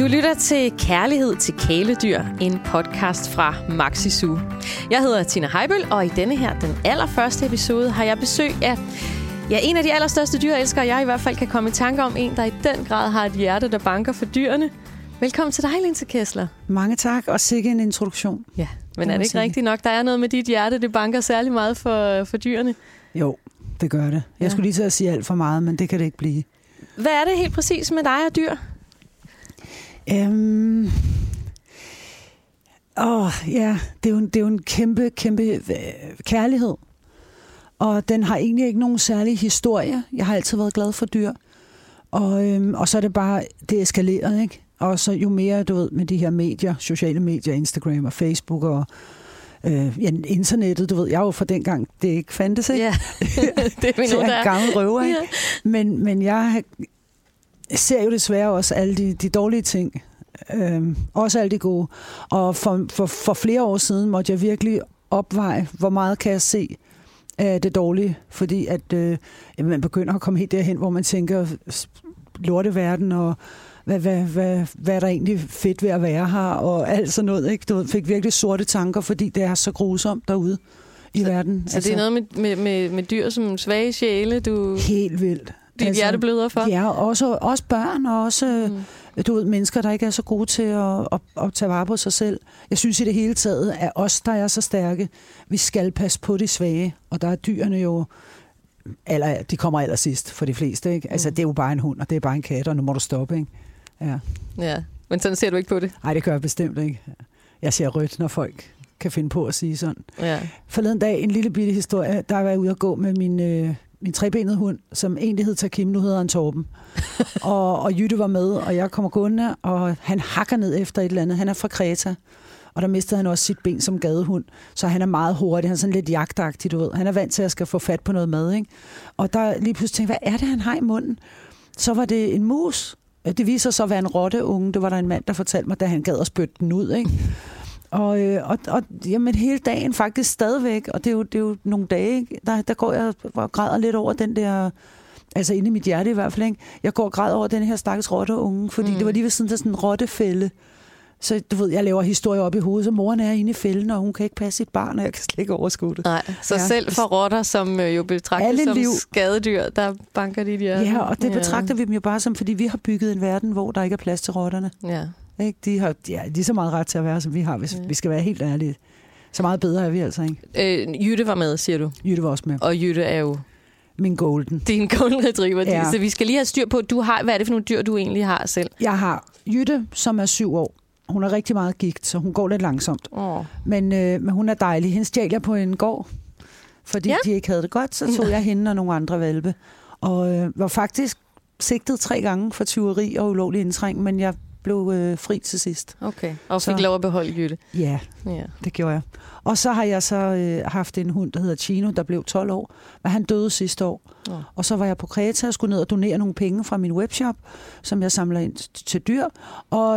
Du lytter til Kærlighed til kæledyr, en podcast fra Maxi Zoo. Jeg hedder Tina Heibøl, og i denne her, den allerførste episode, har jeg besøg af en af de allerstørste dyrelskere, jeg i hvert fald kan komme i tanke om. En, der i den grad har et hjerte, der banker for dyrene. Velkommen til dig, Linse Kessler. Mange tak, og sikke en introduktion. Ja, men er det ikke rigtigt nok? Der er noget med dit hjerte, det banker særlig meget for dyrene. Jo, det gør det. Jeg skulle lige til at sige alt for meget, men det kan det ikke blive. Hvad er det helt præcis med dig og dyr? Det er jo en kæmpe kærlighed. Og den har egentlig ikke nogen særlig historie. Jeg har altid været glad for dyr. Og så er det bare, det eskaleret, ikke? Og så jo mere, du ved, med de her medier, sociale medier, Instagram og Facebook og internettet, du ved, jeg er jo fra dengang, det ikke fandtes, ikke? Ja, det er vi nu, der er. Gammel røver, ikke? Ja. Men jeg ser jo desværre også alle de dårlige ting. Også alle de gode. Og for flere år siden måtte jeg virkelig opveje, hvor meget kan jeg se af det dårlige. Fordi at man begynder at komme helt derhen, hvor man tænker, lorteverden, og hvad er der egentlig fedt ved at være her, og alt sådan noget. Ikke? Du fik virkelig sorte tanker, fordi det er så grusomt derude i verden. Så det er noget med dyr som svage sjæle, du... Helt vildt. Dit hjerte bløder for? Ja, også børn, og også du ved, mennesker, der ikke er så gode til at tage vare på sig selv. Jeg synes i det hele taget, at os, der er så stærke, vi skal passe på de svage, og der er dyrene jo, de kommer allersidst for de fleste, ikke? Altså, det er jo bare en hund, og det er bare en kat, og nu må du stoppe, ikke? Ja, men sådan ser du ikke på det? Nej, det gør jeg bestemt ikke. Jeg ser rødt, når folk kan finde på at sige sådan. Ja. Forleden dag, en lille bitte historie, der var jeg ude at gå med min trebenede hund, som egentlig hed Takim, nu hedder han Torben. og Jytte var med, og jeg kommer gående, og han hakker ned efter et eller andet. Han er fra Kreta, og der mistede han også sit ben som gadehund, så han er meget hurtig. Han er sådan lidt jagtagtig, du ved. Han er vant til at skal få fat på noget mad, ikke? Og der lige pludselig tænkte jeg, hvad er det, han har i munden? Så var det en mus. Det viser sig at være en rotteunge. Det var der en mand, der fortalte mig, da han gad at spytte den ud, ikke? Og jamen, hele dagen faktisk stadigvæk, og det er jo nogle dage, ikke? Der går jeg og græder lidt over den der, altså inde i mit hjerte i hvert fald, ikke? Jeg går og græder over den her stakkels rotteunge, fordi det var lige ved sådan der sådan en rottefælde. Så du ved, jeg laver historier op i hovedet, så moren er inde i fælden, og hun kan ikke passe sit barn, og jeg kan slet ikke overskue det. Nej, så selv for rotter, som jo betragtes som skadedyr, der banker de hjerte. Ja, og det betragter vi dem jo bare som, fordi vi har bygget en verden, hvor der ikke er plads til rotterne. Ja. Ikke? De har lige så meget ret til at være, som vi har, hvis vi skal være helt ærlige. Så meget bedre er vi altså, ikke? Jytte var med, siger du? Jytte var også med. Og Jytte er jo... Min golden. Din golden retriever. Ja. Så vi skal lige have styr på, hvad er det for nogle dyr, du egentlig har selv? Jeg har Jytte, som er 7 år. Hun har rigtig meget gigt, så hun går lidt langsomt. Men hun er dejlig. Hende stjal jeg på en gård, fordi de ikke havde det godt. Så tog jeg hende og nogle andre hvalpe. Og var faktisk sigtet 3 gange for tyveri og ulovlig indtræng, men jeg blev fri til sidst. Okay, og fik lov at beholde Jytte. Ja, det gjorde jeg. Og så har jeg haft en hund, der hedder Chino, der blev 12 år, men han døde sidste år. Og så var jeg på Kreta og skulle ned og donere nogle penge fra min webshop, som jeg samler ind til dyr. Og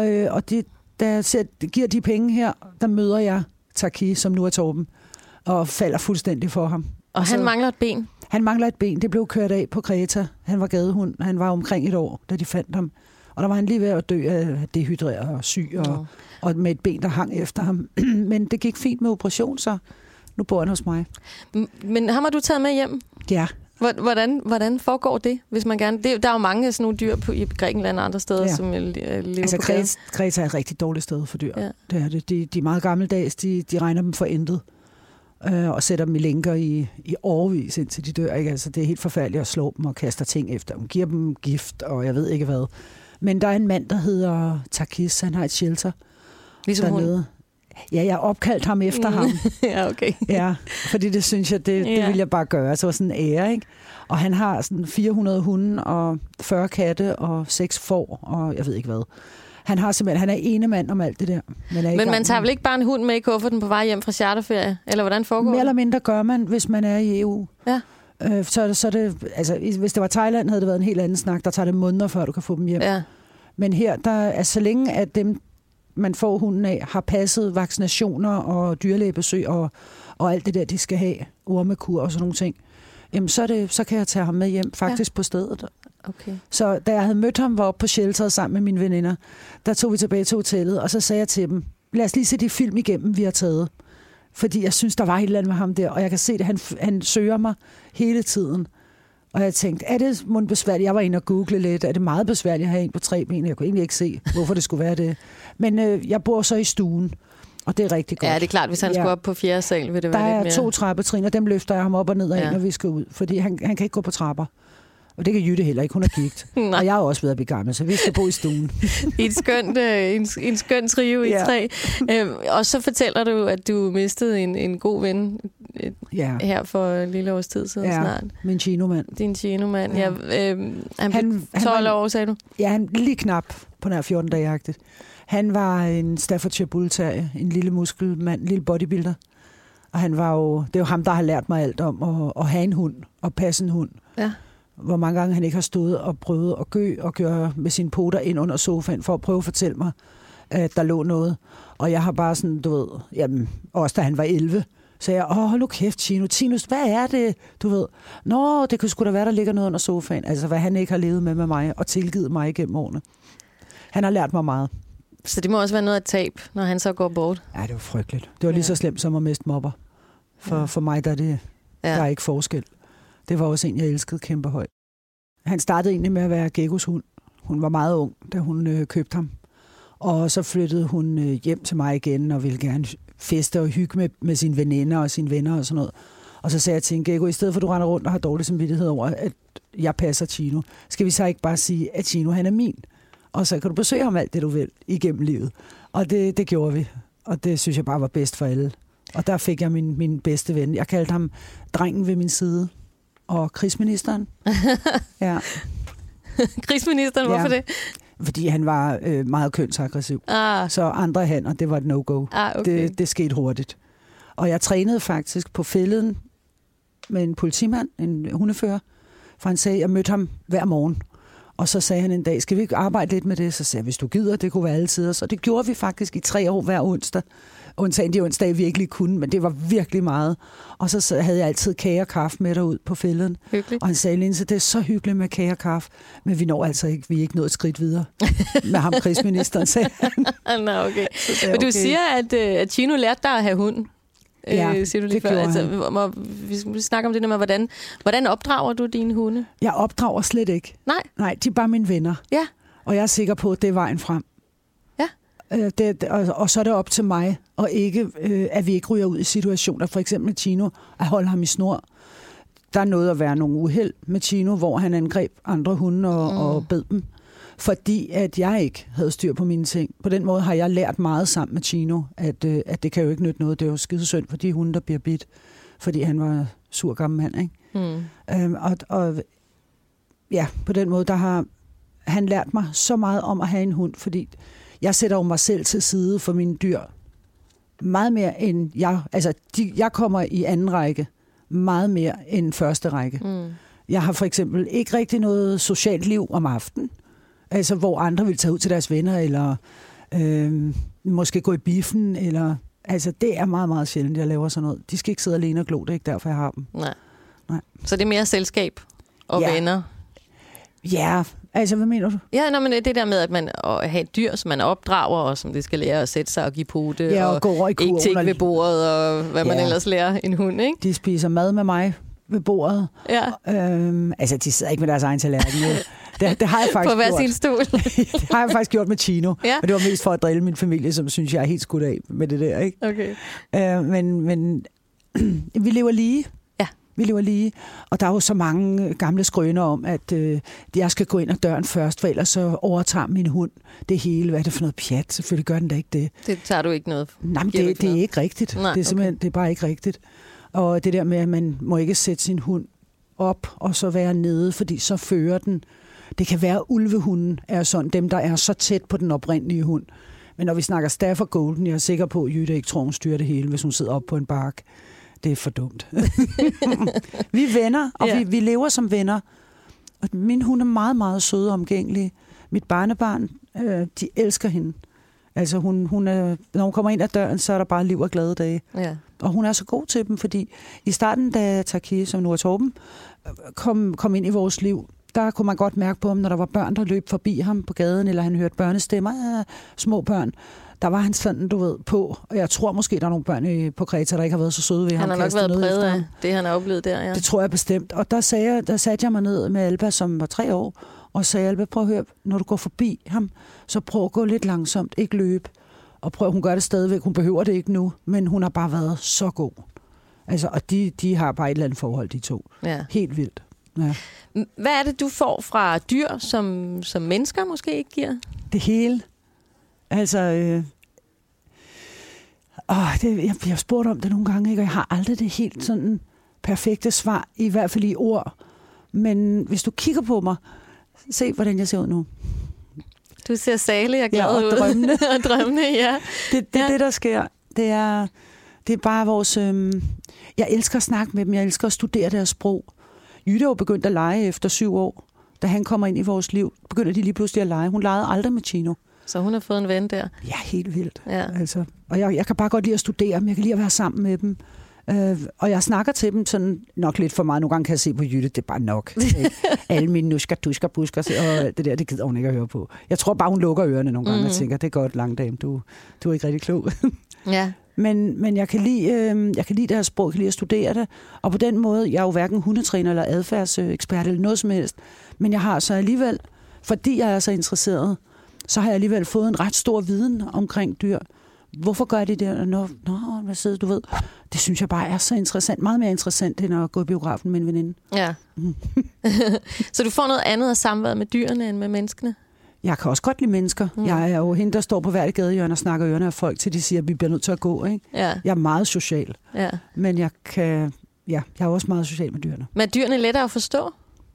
da jeg giver de penge her, der møder jeg Taki, som nu er Torben, og falder fuldstændig for ham. Og han mangler et ben? Han mangler et ben. Det blev kørt af på Kreta. Han var gadehund. Han var omkring 1 år, da de fandt ham. Og der var han lige ved at dø af dehydreret og syg, og med et ben, der hang efter ham. Men det gik fint med operation, så nu bor han hos mig. Men ham har du taget med hjem? Ja. Hvordan foregår det, hvis man gerne... Der er jo mange sådan nogle dyr i Grækenland og andre steder, som lever på gaden. Kreta er et rigtig dårligt sted for dyr. Ja. Det er det. De er meget gammeldags. De regner dem for intet. Og sætter dem i lænker i årevis, indtil de dør. Ikke? Altså, det er helt forfærdeligt at slå dem og kaster ting efter dem. Giver dem gift, og jeg ved ikke hvad. Men der er en mand, der hedder Takis. Han har et shelter. Ligesom dernede. Ja, jeg opkaldt ham efter ham. Ja, okay. Ja, fordi det synes jeg, det vil jeg bare gøre. Så var sådan en ære, ikke? Og han har sådan 400 hunde og 40 katte og 6 får, og jeg ved ikke hvad. Han er ene mand om alt det der. Men man tager vel ikke bare en hund med i kufferten på vej hjem fra charterferie? Eller hvordan foregår det? Mere eller mindre gør man, hvis man er i EU. Ja. Så det, altså, hvis det var Thailand, havde det været en helt anden snak. Der tager det måneder, før du kan få dem hjem. Ja. Men her, så længe at dem, man får hunden af, har passet vaccinationer og dyrlægebesøg og alt det der, de skal have, ormekur og sådan nogle ting, jamen så kan jeg tage ham med hjem faktisk på stedet. Okay. Så da jeg havde mødt ham, var oppe på shelteret sammen med mine veninder, der tog vi tilbage til hotellet, og så sagde jeg til dem, lad os lige se de film igennem, vi har taget. Fordi jeg synes, der var et eller andet med ham der, og jeg kan se det, han søger mig hele tiden. Og jeg tænkte, er det besværligt? Jeg var inde og google lidt. Er det meget besværligt at have en på 3 ben? Jeg kunne egentlig ikke se, hvorfor det skulle være det. Men jeg bor så i stuen, og det er rigtig godt. Ja, det er klart. Hvis han skulle op på 4. sal, vil det være lidt mere... Der er 2 trappetrin, og dem løfter jeg ham op og ned og ind, når vi skal ud. Fordi han kan ikke gå på trapper. Og det kan Jytte heller ikke. Hun er gigt. Og jeg er også ved at blive gammel, så vi skal bo i stuen. en skøn trio i 3. Og så fortæller du, at du mistede en god ven her for en lille års tid siden snart. Min Chino-mand. Din Chino-mand. Ja, han 12 år, sagde du? Ja, han lige knap på nær 14 dage-agtigt. Han var en Staffordshire Bull Terrier, en lille muskelmand, en lille bodybuilder. Og det er jo ham, der har lært mig alt om at have en hund og passe en hund. Ja. Hvor mange gange han ikke har stået og prøvet at gø og gøre med sine poter ind under sofaen for at prøve at fortælle mig, at der lå noget. Og jeg har bare sådan, du ved, jamen, også da han var 11, så jeg, hold nu kæft, Tinus, hvad er det, du ved? Nå, det kunne sgu da være, der ligger noget under sofaen. Altså, hvad han ikke har levet med mig og tilgivet mig igennem årene. Han har lært mig meget. Så det må også være noget at tab, når han så går bort? Ja, det var frygteligt. Det var lige så slemt som at miste mobber. For mig, der er ikke forskel. Det var også en, jeg elskede kæmpe højt. Han startede egentlig med at være Gekkos hund. Hun var meget ung, da hun købte ham. Og så flyttede hun hjem til mig igen og ville gerne feste og hygge med sine veninder og sine venner og sådan noget. Og så sagde jeg til en Gekko, i stedet for at du render rundt og har dårlig samvittighed over, at jeg passer Chino, skal vi så ikke bare sige, at Chino han er min? Og så kan du besøge ham alt det, du vil igennem livet. Og det gjorde vi. Og det synes jeg bare var bedst for alle. Og der fik jeg min bedste ven. Jeg kaldte ham drengen ved min side. Og krigsministeren. Ja. Krigsministeren, hvorfor det? Fordi han var meget kønsaggressiv. Så andre hanner, det var et no-go. Okay. Det skete hurtigt. Og jeg trænede faktisk på Fælleden med en politimand, en hundefører. For han sagde, jeg mødte ham hver morgen. Og så sagde han en dag, skal vi ikke arbejde lidt med det? Så sagde jeg, hvis du gider, det kunne være altid. Og det gjorde vi faktisk i 3 år hver onsdag. Undtagen de onsdage, vi ikke lige kunne, men det var virkelig meget. Og så havde jeg altid kage og kaffe med derud på Fælleden. Hyggeligt. Og han sagde, Linse, det er så hyggeligt med kage og kaffe, men vi når altså ikke, vi er ikke nået et skridt videre med ham, krigsministeren, sagde han. Nå, okay. Men du siger, at Chino lærte dig at have hund. Ja, siger du lige det før. Altså, vi snakker om det der med, hvordan opdrager du dine hunde? Jeg opdrager slet ikke. Nej, de er bare mine venner. Ja. Og jeg er sikker på, at det er vejen frem. Ja. Og så er det op til mig, og ikke, at vi ikke ryger ud i situationer. For eksempel Chino, at holde ham i snor. Der er noget at være nogle uheld med Chino, hvor han angreb andre hunde og bed dem. Fordi at jeg ikke havde styr på mine ting. På den måde har jeg lært meget sammen med Chino, at det kan jo ikke nytte noget. Det er jo skidesynd for de hunde, der bliver bidt. Fordi han var sur gammel mand, ikke? Og på den måde, der har han lært mig så meget om at have en hund, fordi jeg sætter jo mig selv til side for mine dyr. Meget mere end jeg... Altså, jeg kommer i anden række. Meget mere end første række. Jeg har for eksempel ikke rigtig noget socialt liv om aftenen. Altså, hvor andre vil tage ud til deres venner, eller måske gå i biffen, eller... Altså, det er meget, meget sjældent, jeg laver sådan noget. De skal ikke sidde alene og glo, det er ikke derfor, jeg har dem. Nej. Så det er mere selskab og venner? Ja, altså, hvad mener du? Ja, men det der med, at man har et dyr, som man opdrager, og som det skal lære at sætte sig og give pote, og gå over i kurven, ikke tikke ved bordet, og hvad man ellers lærer en hund, ikke? De spiser mad med mig ved bordet. Ja. Altså, de sidder ikke med deres egen tallerken. Det har jeg faktisk på hver sin stol. Det har jeg faktisk gjort med Chino. Ja. Og det var mest for at drille min familie, som synes, jeg er helt skudt af med det der, ikke? Okay. Men vi lever lige. Ja. Vi lever lige. Og der er jo så mange gamle skrøner om, at jeg skal gå ind ad døren først, for ellers så overtager min hund det hele. Hvad er det for noget pjat? Selvfølgelig gør den da ikke det. Det tager du ikke noget. Nej, men det er ikke rigtigt. Nej, det er simpelthen det er bare ikke rigtigt. Og det der med, at man må ikke sætte sin hund op og så være nede, fordi så fører den. Det kan være, at ulvehunden er sådan, dem der er så tæt på den oprindelige hund. Men når vi snakker Stafford Golden, jeg er sikker på, at Jytte ikke tror, hun styrer det hele, hvis hun sidder op på en bark. Det er for dumt. Vi er venner, og vi lever som venner. Og min hund er meget, meget sød og omgængelig. Mit barnebarn, de elsker hende. Altså, hun er, når hun kommer ind ad døren, så er der bare liv og glade dage. Ja. Og hun er så god til dem, fordi i starten, da Taki, som nu er Torben, kom ind i vores liv, der kunne man godt mærke på ham, når der var børn, der løb forbi ham på gaden, eller han hørte børnestemmer af små børn. Der var han sådan, du ved, på. Og jeg tror måske, der er nogle børn på Kreta, der ikke har været så søde ved ham. Han har nok været præget af det, han har oplevet der, ja. Det tror jeg bestemt. Og der satte jeg mig ned med Alba, som var 3 år, og sagde, Alba, prøv at høre, når du går forbi ham, så prøv at gå lidt langsomt, ikke løbe. Og prøv, hun gør det stadigvæk, hun behøver det ikke nu, men hun har bare været så god. Altså, og de har bare et eller andet forhold, de to. Ja. Helt vildt. Ja. Hvad er det, du får fra dyr, som mennesker måske ikke giver? Det hele. Altså, jeg har spurgt om det nogle gange, ikke? Og jeg har aldrig det helt sådan perfekte svar, i hvert fald i ord. Men hvis du kigger på mig, se, hvordan jeg ser ud nu. Du ser salig og glad ud. Og drømmende. Og drømmende, ja. Det er det, der sker. Det er bare vores... jeg elsker at snakke med dem. Jeg elsker at studere deres sprog. Jytte er jo begyndt at lege efter 7 år. Da han kommer ind i vores liv, begynder de lige pludselig at lege. Hun legede aldrig med Chino. Så hun har fået en ven der? Ja, helt vildt. Ja. Altså, og jeg kan bare godt lide at studere dem. Jeg kan lide at være sammen med dem. Og jeg snakker til dem sådan nok lidt for meget. Nogle gange kan jeg se på Jytte, det er bare nok. Alle mine nusker, dusker, busker, og det gider hun ikke at høre på. Jeg tror bare, hun lukker ørerne nogle gange og tænker, det er godt, Langdam, du er ikke rigtig klog. Ja. Men jeg kan lide deres sprog, jeg kan lide at studere det. Og på den måde, jeg er jo hverken hundetræner eller adfærdsekspert eller noget som helst. Men jeg har så alligevel, fordi jeg er så interesseret, så har jeg alligevel fået en ret stor viden omkring dyr. Hvorfor gør de det? Hvad sidder du ved? Det synes jeg bare er så interessant. Meget mere interessant, end at gå i biografen med en veninde. Ja. Så du får noget andet af samværet med dyrene end med menneskene? Jeg kan også godt lide mennesker. Jeg er jo hende, der står på hvert gadehjørne og snakker ørerne af folk, til de siger, at vi bliver nødt til at gå. Ikke? Ja. Jeg er meget social. Ja. Men jeg er også meget social med dyrene. Men er dyrene lettere at forstå?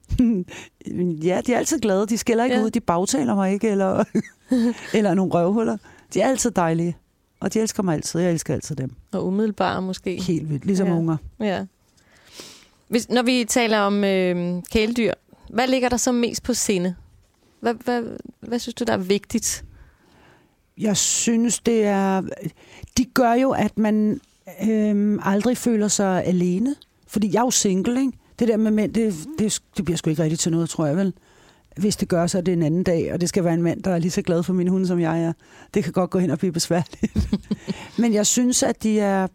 Ja, de er altid glade. De skælder ikke ud. De bagtaler mig ikke, eller nogle røvhuller. De er altid dejlige. Og de elsker mig altid. Jeg elsker altid dem. Og umiddelbare måske. Helt vildt. Ligesom unger. Ja. Når vi taler om kæledyr, hvad ligger der så mest på sinde? Hvad synes du, der er vigtigt? Jeg synes, det er... De gør jo, at man aldrig føler sig alene. Fordi jeg er jo single, ikke? Det der med mænd, det bliver sgu ikke rigtigt til noget, tror jeg vel. Hvis det gør, så er det en anden dag, og det skal være en mand, der er lige så glad for min hund, som jeg er. Det kan godt gå hen og blive besværligt. Men jeg synes, at de er...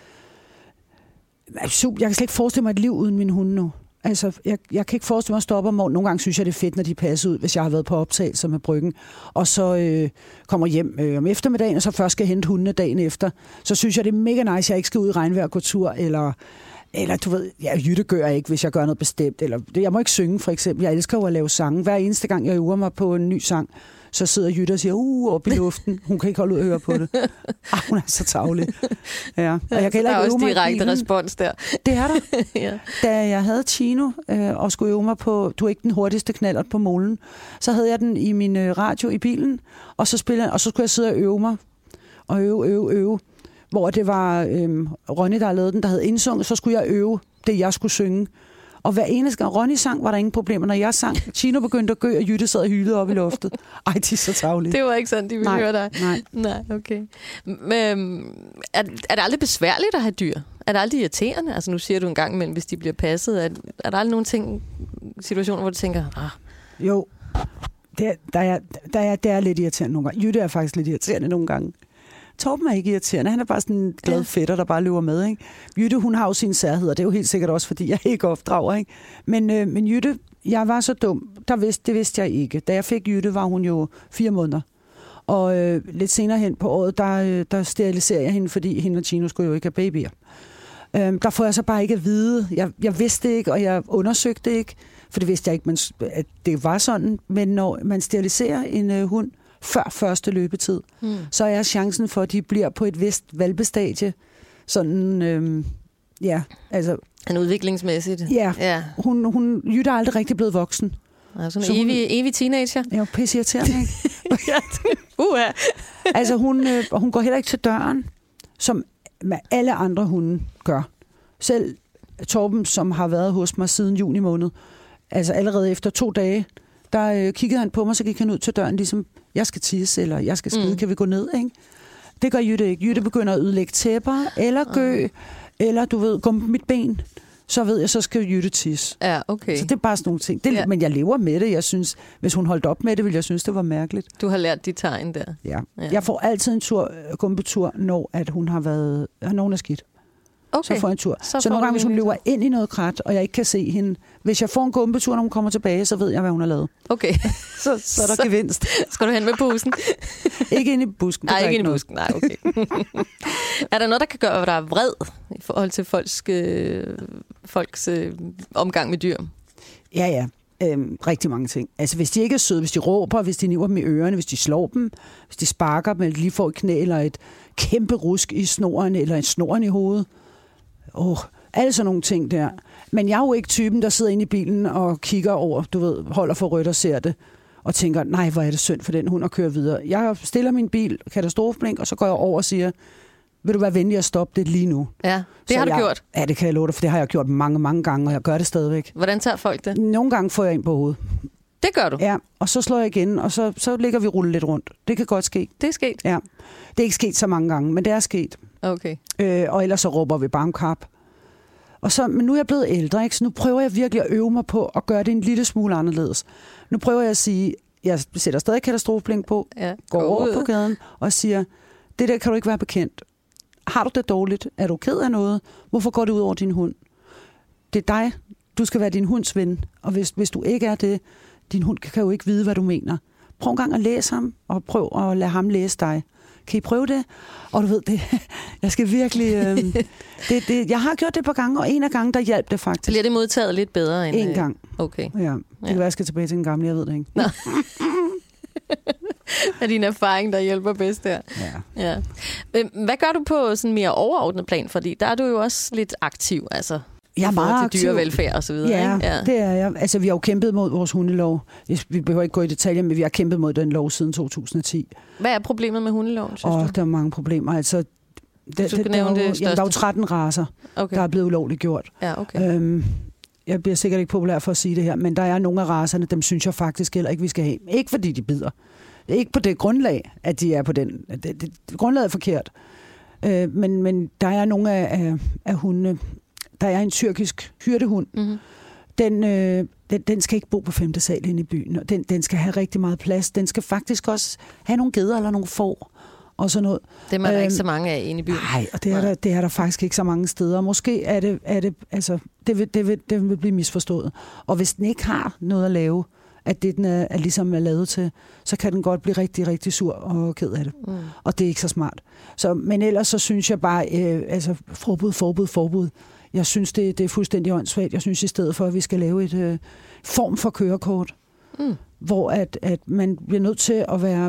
Jeg kan slet ikke forestille mig et liv uden min hund nu. Altså, jeg kan ikke forestille mig at stoppe om morgenen. Nogle gange synes jeg, det er fedt, når de passer ud, hvis jeg har været på optagelse med Bryggen, og så kommer hjem om eftermiddagen, og så først skal hente hundene dagen efter. Så synes jeg, det er mega nice, jeg ikke skal ud i regnvejr og gå tur, eller du ved, Jytte gør jeg ikke, hvis jeg gør noget bestemt. Eller jeg må ikke synge, for eksempel. Jeg elsker jo at lave sange. Hver eneste gang, jeg øver mig på en ny sang, så sidder Jytte og siger, op i luften. Hun kan ikke holde ud at høre på det. Hun er så tarvelig. Ja. Og jeg kan der er også direkte respons der. Det er der. Ja. Da jeg havde Chino og skulle øve mig på, du er ikke den hurtigste knallert på molen, så havde jeg den i min radio i bilen, og så skulle jeg sidde og øve mig. Og øve. Hvor det var Ronny, der havde lavet den, der havde indsunget, så skulle jeg øve det, jeg skulle synge. Og hver eneste gang Ronny sang, var der ingen problemer. Når jeg sang, Chino begyndte at gø, og Jytte sad og hylede op i luftet. Ej, de er så tavlige. Det var ikke sådan, de ville høre dig. Nej, okay. Er det aldrig besværligt at have dyr? Er det aldrig irriterende? Altså nu siger du en gang imellem, hvis de bliver passet. Er der aldrig nogle situationer, hvor du tænker, Jo, det er lidt irriterende nogle gange. Jytte er faktisk lidt irriterende nogle gange. Torben er ikke irriterende. Han er bare sådan en glad fætter, der bare løber med. Ikke? Jytte, hun har jo sine særheder. Det er jo helt sikkert også, fordi jeg ikke opdrager. Ikke? Men Jytte, jeg var så dum. Det vidste jeg ikke. Da jeg fik Jytte, var hun jo 4 måneder. Og lidt senere hen på året, der steriliserer jeg hende, fordi hende og Chino skulle jo ikke have babyer. Der får jeg så bare ikke at vide. Jeg vidste det ikke, og jeg undersøgte det ikke. For det vidste jeg ikke, at det var sådan. Men når man steriliserer en hund, før første løbetid, så er chancen for, at de bliver på et vist valpestadie. Sådan, altså... En udviklingsmæssigt. Ja. Jytte er aldrig rigtig blevet voksen. Altså en evig teenager. Ja, pisse irriterende, ikke? Altså, hun går heller ikke til døren, som alle andre hunde gør. Selv Torben, som har været hos mig siden juni måned, altså allerede efter 2 dage, der kiggede han på mig, så gik han ud til døren, ligesom, jeg skal tisse, eller jeg skal skide, kan vi gå ned, ikke? Det gør Jytte ikke. Jytte begynder at ødelægge tæpper, eller gø, eller du ved, gumpe mit ben. Så ved jeg, så skal Jytte tisse. Ja, okay. Så det er bare sådan nogle ting. Men jeg lever med det. Jeg synes, hvis hun holdt op med det, ville jeg synes, det var mærkeligt. Du har lært de tegn der. Ja. Jeg får altid en gumpetur, når at hun har været... Nogen er skidt. Okay. Så får jeg en tur. Så nogle gange, hvis hun løber ind i noget krat, og jeg ikke kan se hende... Hvis jeg får en gumpetur, når hun kommer tilbage, så ved jeg, hvad hun har lavet. Okay. så er der gevinst. Skal du hen med bussen? Ikke ind i busken. Nej, ikke ind i busken. Nej, okay. Er der noget, der kan gøre dig vred i forhold til folks omgang med dyr? Ja. Rigtig mange ting. Altså, hvis de ikke er søde, hvis de råber, hvis de niver dem i ørerne, hvis de slår dem, hvis de sparker dem, eller lige får et knæ, eller et kæmpe rusk i snoren, eller en snoren i hovedet. Alle sådan nogle ting der. Men jeg er jo ikke typen, der sidder inde i bilen og kigger over, du ved, holder for rødt og ser det, og tænker, nej, hvor er det synd for den hund at køre videre. Jeg stiller min bil, katastrofeblink, og så går jeg over og siger, vil du være venlig at stoppe det lige nu? Ja, det har du gjort. Ja, det kan jeg love dig, for det har jeg gjort mange, mange gange, og jeg gør det stadigvæk. Hvordan tager folk det? Nogle gange får jeg ind på hovedet. Det gør du? Ja, og så slår jeg igen, og så ligger vi rulle lidt rundt. Det kan godt ske. Det er sket? Ja. Det er ikke sket så mange gange, men det er sket. Okay. Og ellers så råber vi bare om kap. Men nu er jeg blevet ældre, ikke? Så nu prøver jeg virkelig at øve mig på at gøre det en lille smule anderledes. Nu prøver jeg at sige, jeg sætter stadig katastrofeblink på, går over på gaden og siger, det der kan du ikke være bekendt. Har du det dårligt? Er du ked af noget? Hvorfor går det ud over din hund? Det er dig. Du skal være din hunds ven. Og hvis du ikke er det, din hund kan jo ikke vide, hvad du mener. Prøv en gang at læse ham, og prøv at lade ham læse dig. Kan I prøve det? Og du ved, jeg skal virkelig... jeg har gjort det et par gange, og en af gangen, der hjalp det faktisk. Bliver det modtaget lidt bedre end... En gang. Okay. Ja, det kan være, jeg skal tilbage til den gamle, jeg ved det ikke. Nå. Er din erfaring, der hjælper bedst der? Ja. Hvad gør du på sådan mere overordnet plan? Fordi der er du jo også lidt aktiv, altså. Jeg er meget aktiv. Til dyrevelfærd og så videre. Ja, ikke? Ja, det er jeg. Altså, vi har jo kæmpet mod vores hundelov. Vi behøver ikke gå i detaljer, men vi har kæmpet mod den lov siden 2010. Hvad er problemet med hundeloven, synes du? Der er mange problemer. Altså, der er jo 13 racer, der er blevet ulovligt gjort. Ja, okay. Jeg bliver sikkert ikke populær for at sige det her, men der er nogle af racerne, dem synes jeg faktisk heller ikke, vi skal have. Ikke fordi de bider. Ikke på det grundlag, at de er på den. Grundlaget er forkert. Men der er nogle af hundene. Der er en tyrkisk hyrdehund. Mm-hmm. Den skal ikke bo på 5. sal inde i byen. Den skal have rigtig meget plads. Den skal faktisk også have nogle geder eller nogle får og sådan noget. Det er der ikke så mange af inde i byen. Nej, og det er der faktisk ikke så mange steder. Måske er det altså, det vil blive misforstået. Og hvis den ikke har noget at lave, at det den er ligesom er lavet til, så kan den godt blive rigtig, rigtig sur og ked af det. Mm. Og det er ikke så smart. Men ellers så synes jeg bare, forbud. Jeg synes, det er fuldstændig åndssvagt. Jeg synes i stedet for, at vi skal lave et form for kørekort, hvor at man bliver nødt til at være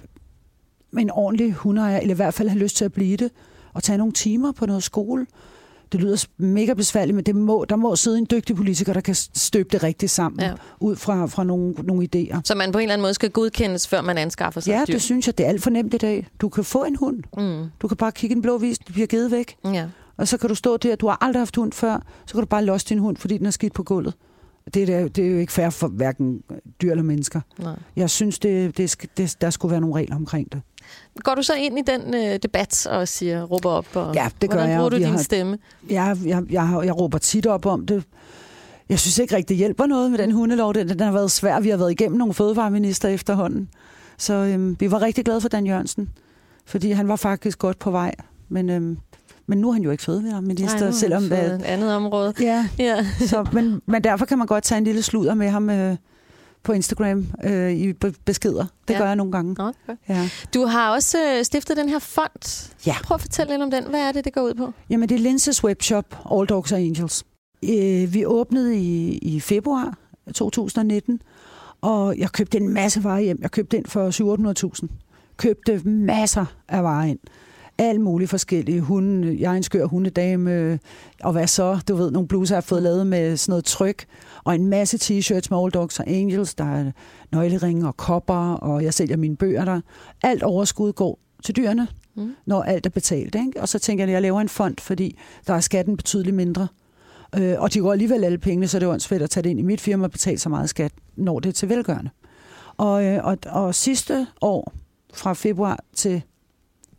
en ordentlig hundeejer, eller i hvert fald have lyst til at blive det, og tage nogle timer på noget skole. Det lyder mega besværligt, men der må sidde en dygtig politiker, der kan støbe det rigtigt sammen, ud fra nogle idéer. Så man på en eller anden måde skal godkendes, før man anskaffer sig et dyr? Det synes jeg, det er alt for nemt i dag. Du kan få en hund. Mm. Du kan bare kigge en blå vis, det bliver givet væk. Ja. Og så kan du stå der, du har aldrig haft hund før, så kan du bare losse din hund, fordi den er skidt på gulvet. Det er jo ikke fair for hverken dyr eller mennesker. Nej. Jeg synes, der skulle være nogle regler omkring det. Går du så ind i den debat og råber op? Og ja, det gør jeg. Hvordan bruger du din stemme? Jeg råber tit op om det. Jeg synes ikke rigtig, det hjælper noget med den hundelov. Den har været svær. Vi har været igennem nogle fødevareminister efterhånden. Så vi var rigtig glade for Dan Jørgensen, fordi han var faktisk godt på vej. Men nu er han jo ikke fødevareminister, selvom det er et andet område. Ja. Så, men derfor kan man godt tage en lille sludder med ham på Instagram i beskeder. Det gør jeg nogle gange. Okay. Ja. Du har også stiftet den her fond. Ja. Prøv at fortælle lidt om den. Hvad er det går ud på? Jamen, det er Linses webshop, All Dogs Are Angels. Vi åbnede i februar 2019, og jeg købte en masse varer hjem. Jeg købte ind for 700.000. Købte masser af varer ind. Alle mulige forskellige hunde. Jeg er en skør hundedame, og hvad så? Du ved, nogle bluser, jeg har fået lavet med sådan noget tryk, og en masse t-shirts med All Dogs Are Angels. Der er nøgleringe og kopper, og jeg sælger mine bøger der. Alt overskud går til dyrene, når alt er betalt. Ikke? Og så tænker jeg, at jeg laver en fond, fordi der er skatten betydeligt mindre. Og de går alligevel alle pengene, så det er åndssvagt at tage det ind i mit firma og betale så meget skat, når det er til velgørende. Og sidste år, fra februar til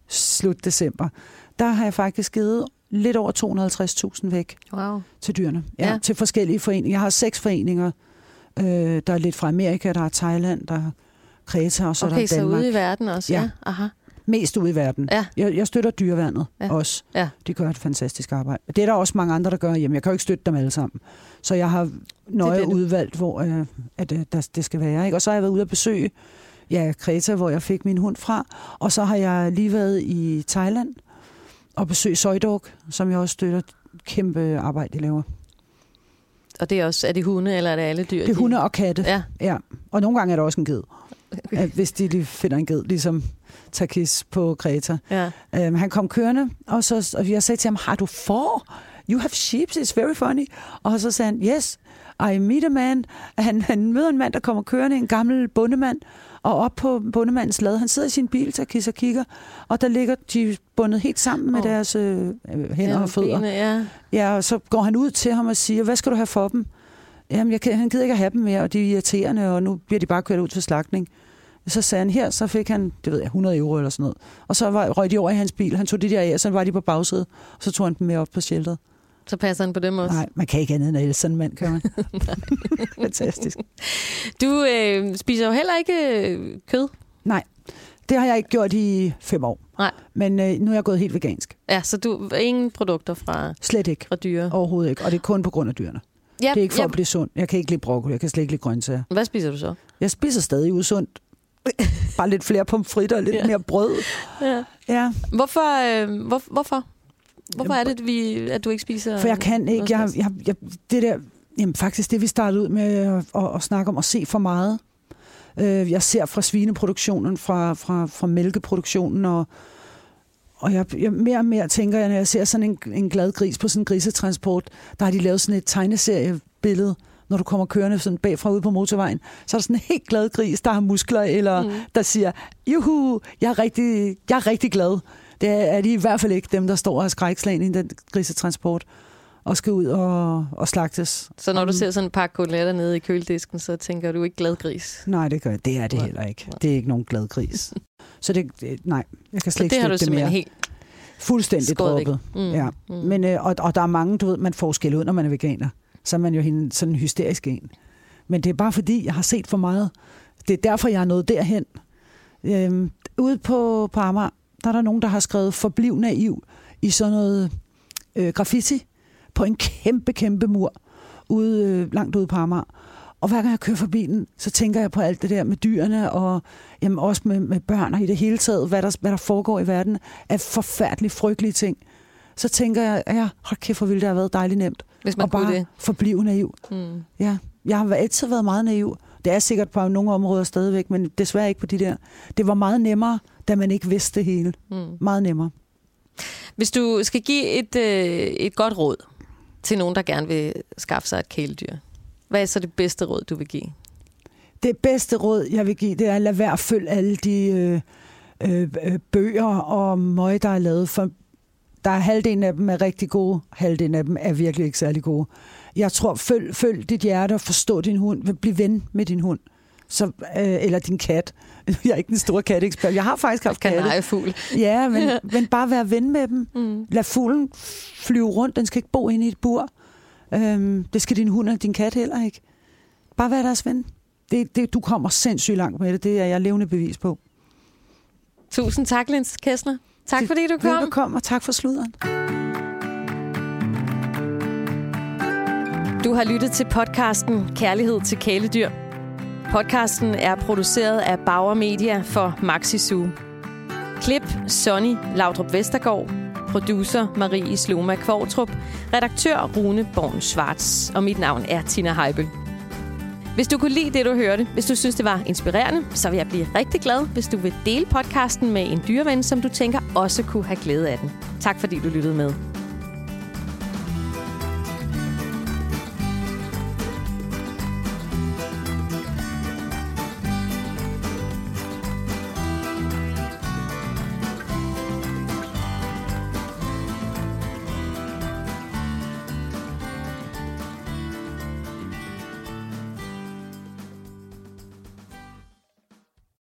slut december, der har jeg faktisk givet lidt over 250.000 væk til dyrene. Ja, til forskellige foreninger. Jeg har 6 foreninger. Der er lidt fra Amerika, der er Thailand, der er Kreta, og så der er Danmark. Okay, så ude i verden også? Ja. Aha. Mest ude i verden. Ja. Jeg støtter dyreværnet også. Ja. De gør et fantastisk arbejde. Det er der også mange andre, der gør hjemme. Jeg kan jo ikke støtte dem alle sammen. Så jeg har nøje udvalgt, hvor det skal være. Ikke? Og så har jeg været ude at besøge Kreta, hvor jeg fik min hund fra. Og så har jeg lige været i Thailand og besøgt Soydog, som jeg også støtter. Kæmpe arbejde, de laver. Og det er også, er det hunde, eller er det alle dyr? Det er hunde og katte. Ja. Og nogle gange er der også en ged. Okay. Hvis de lige finder en ged, ligesom Takis på Kreta. Ja. Han kom kørende, og jeg sagde til ham, har du får? You have sheep, it's very funny. Og så sagde han, yes, I meet a man. Han møder en mand, der kommer kørende, en gammel bondemand, og op på bondemandens lade. Han sidder i sin bil, Takis, og kigger, og der ligger de bundet helt sammen med deres hænder og fødder. Ja, og så går han ud til ham og siger, hvad skal du have for dem? Jamen, han gider ikke at have dem mere, og de er irriterende, og nu bliver de bare kørt ud til slagtning. Så sagde han her, så fik han, 100 euro eller sådan noget. Og så røg de over i hans bil. Han tog de der af, og så var de på bagsædet, og så tog han dem med op på shelteret. Så passer han på dem også? Nej, man kan ikke andet end at elske sådan en mand, kan man. Fantastisk. Du spiser jo heller ikke kød? Nej, det har jeg ikke gjort i 5 år. Nej. Men nu er jeg gået helt vegansk. Ja, så du ingen produkter fra slet ikke. Fra dyre? Overhovedet ikke, og det er kun på grund af dyrene. Det er ikke for at blive sund. Jeg kan ikke lide broccoli, jeg kan slet ikke lide grøntsager. Hvad spiser du så? Jeg spiser stadig usundt. Bare lidt flere pomfritter og lidt mere brød. Ja. Hvorfor er det, at du ikke spiser? For jeg kan ikke. Det der, faktisk det, vi startede ud med at snakke om, at se for meget. Jeg ser fra svineproduktionen, fra mælkeproduktionen, og jeg mere og mere tænker jeg, når jeg ser sådan en glad gris på sådan en grisetransport, der har de lavet sådan et tegneseriebillede, når du kommer kørende sådan bagfra ude på motorvejen, så er der sådan en helt glad gris, der har muskler, eller der siger, juhu, jeg er rigtig glad. Det er de i hvert fald ikke, dem der står og har skrækslagen i den grisetransport og skal ud og slagtes. Så når du ser sådan et par koteletter nede i køledisken, så tænker du ikke glad gris? Nej, det gør jeg. Det er det heller ikke. Det er ikke nogen glad gris. Så nej, jeg kan slet ikke støtte det mere. Helt fuldstændig droppet. Ja. Men, og der er mange, du ved, man får skæld ud, når man er veganer. Så er man jo sådan en hysterisk en. Men det er bare fordi, jeg har set for meget. Det er derfor, jeg er nået derhen. Ude på Amager, der er der nogen, der har skrevet "forbliv naiv" i sådan noget graffiti på en kæmpe mur langt ude på Amager. Og hver gang jeg kører forbi den, så tænker jeg på alt det der med dyrene, og også med børn og i det hele taget, hvad der foregår i verden af forfærdelige, frygtelige ting. Så tænker jeg, hold kæft, hvor ville det have været dejligt nemt. Hvis man kunne det. Forblive naiv. Ja, jeg har altid været meget naiv. Det er sikkert på nogle områder stadigvæk, men desværre ikke på de der. Det var meget nemmere, da man ikke vidste det hele. Meget nemmere. Hvis du skal give et godt råd til nogen, der gerne vil skaffe sig et kæledyr, hvad er så det bedste råd, du vil give? Det bedste råd, jeg vil give, det er at lade være at følge alle de bøger og møg, der er lavet. For der er halvdelen af dem er rigtig gode, halvdelen af dem er virkelig ikke særlig gode. Jeg tror, følg dit hjerte og forstå din hund. Bliv ven med din hund. Eller din kat. Jeg er ikke den store katteekspert. Jeg har faktisk haft katte. Kanariefugl. Ja, men bare være ven med dem. Lad fuglen flyve rundt. Den skal ikke bo inde i et bur. Det skal din hund og din kat heller ikke. Bare vær deres ven. Du kommer sindssygt langt med det. Det er jeg levende bevis på. Tusind tak, Linds Kessler. Tak fordi du kom. Velkommen, og tak for sluderen. Du har lyttet til podcasten Kærlighed til kæledyr. Podcasten er produceret af Bauer Media for Maxi Zoo. Klip Sonny Laudrup Vestergaard. Producer Marie Sloma Kvartrup. Redaktør Rune Born Schwartz. Og mit navn er Tina Heibel. Hvis du kunne lide det, du hørte, hvis du synes, det var inspirerende, så vil jeg blive rigtig glad, hvis du vil dele podcasten med en dyreven, som du tænker også kunne have glæde af den. Tak fordi du lyttede med.